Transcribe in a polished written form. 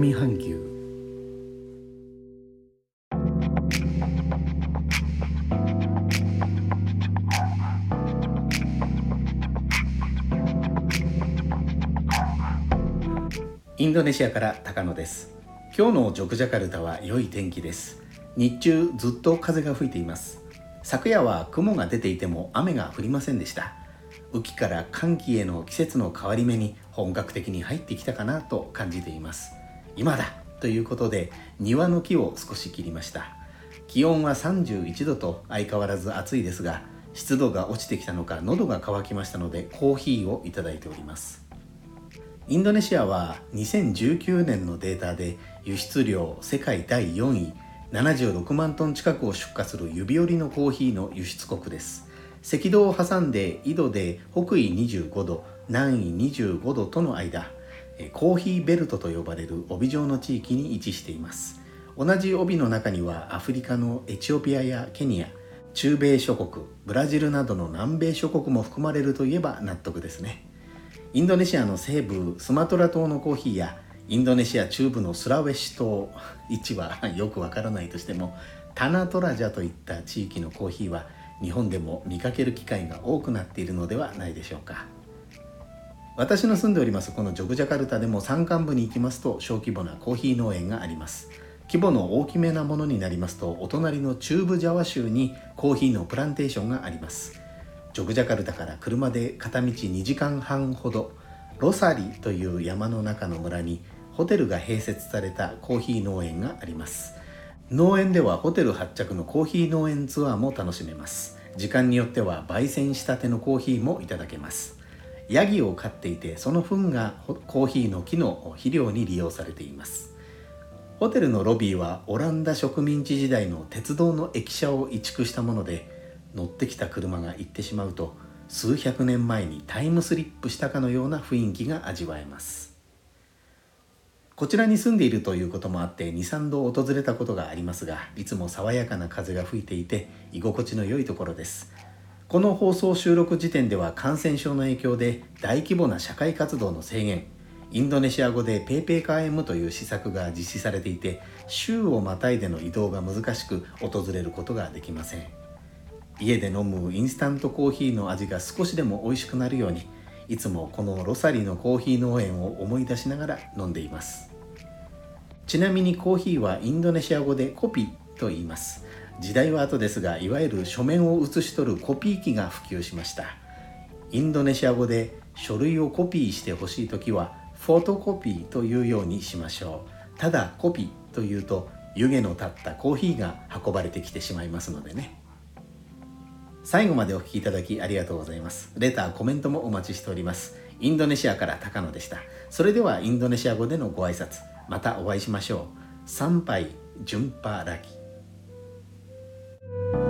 南半球。インドネシアから高野です。今日のジョクジャカルタは良い天気です。日中ずっと風が吹いています。昨夜は雲が出ていても雨が降りませんでした。雨季から寒気への季節の変わり目に本格的に入ってきたかなと感じています。今だということで庭の木を少し切りました。気温は31度と相変わらず暑いですが、湿度が落ちてきたのか喉が渇きましたのでコーヒーをいただいております。インドネシアは2019年のデータで輸出量世界第4位、76万トン近くを出荷する指折りのコーヒーの輸出国です。赤道を挟んで緯度で北緯25度、南緯25度との間、コーヒーベルトと呼ばれる帯状の地域に位置しています。同じ帯の中にはアフリカのエチオピアやケニア、中米諸国、ブラジルなどの南米諸国も含まれるといえば納得ですね。インドネシアの西部スマトラ島のコーヒーやインドネシア中部のスラウェシ島、位置はよくわからないとしてもタナトラジャといった地域のコーヒーは日本でも見かける機会が多くなっているのではないでしょうか。私の住んでおりますこのジョクジャカルタでも山間部に行きますと小規模なコーヒー農園があります。規模の大きめなものになりますとお隣の中部ジャワ州にコーヒーのプランテーションがあります。ジョクジャカルタから車で片道2時間半ほど、ロサリという山の中の村にホテルが併設されたコーヒー農園があります。農園ではホテル発着のコーヒー農園ツアーも楽しめます。時間によっては焙煎したてのコーヒーもいただけます。ヤギを飼っていてその糞がコーヒーの木の肥料に利用されています。ホテルのロビーはオランダ植民地時代の鉄道の駅舎を移築したもので、乗ってきた車が行ってしまうと数百年前にタイムスリップしたかのような雰囲気が味わえます。こちらに住んでいるということもあって 2,3 度訪れたことがありますが、いつも爽やかな風が吹いていて居心地の良いところです。この放送収録時点では感染症の影響で大規模な社会活動の制限、インドネシア語でペーペーカーエムという施策が実施されていて、州をまたいでの移動が難しく訪れることができません。家で飲むインスタントコーヒーの味が少しでも美味しくなるように、いつもこのロサリのコーヒー農園を思い出しながら飲んでいます。ちなみにコーヒーはインドネシア語でコピと言います。時代は後ですが、いわゆる書面を写し取るコピー機が普及しました。インドネシア語で書類をコピーしてほしいときはフォトコピーというようにしましょう。ただコピーというと湯気の立ったコーヒーが運ばれてきてしまいますのでね。最後までお聞きいただきありがとうございます。レター、コメントもお待ちしております。インドネシアから高野でした。それではインドネシア語でのご挨拶、またお会いしましょう。参拝、ジュンパラギ。